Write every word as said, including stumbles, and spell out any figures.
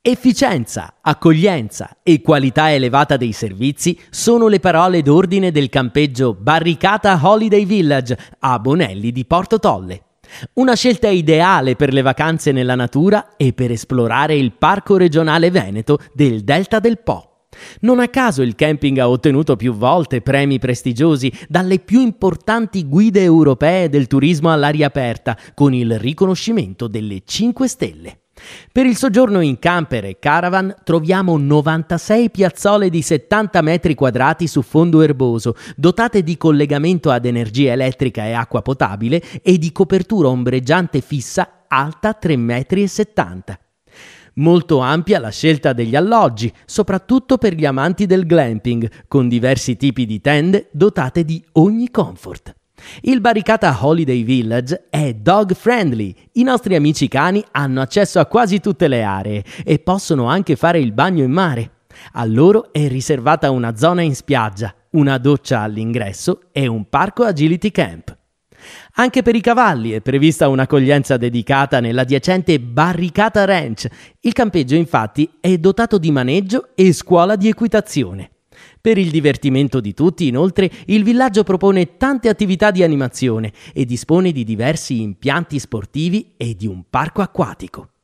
Efficienza, accoglienza e qualità elevata dei servizi sono le parole d'ordine del campeggio Barricata Holiday Village a Bonelli di Porto Tolle. Una scelta ideale per le vacanze nella natura e per esplorare il Parco Regionale Veneto del Delta del Po. Non a caso il camping ha ottenuto più volte premi prestigiosi dalle più importanti guide europee del turismo all'aria aperta, con il riconoscimento delle cinque Stelle. Per il soggiorno in camper e caravan troviamo novantasei piazzole di settanta metri quadrati su fondo erboso, dotate di collegamento ad energia elettrica e acqua potabile e di copertura ombreggiante fissa alta tre metri e settanta. Molto ampia la scelta degli alloggi, soprattutto per gli amanti del glamping, con diversi tipi di tende dotate di ogni comfort. Il Barricata Holiday Village è dog friendly. I nostri amici cani hanno accesso a quasi tutte le aree e possono anche fare il bagno in mare. A loro è riservata una zona in spiaggia, una doccia all'ingresso e un parco agility camp. Anche per i cavalli è prevista un'accoglienza dedicata nell'adiacente Barricata Ranch. Il campeggio infatti è dotato di maneggio e scuola di equitazione. Per il divertimento di tutti, inoltre, il villaggio propone tante attività di animazione e dispone di diversi impianti sportivi e di un parco acquatico.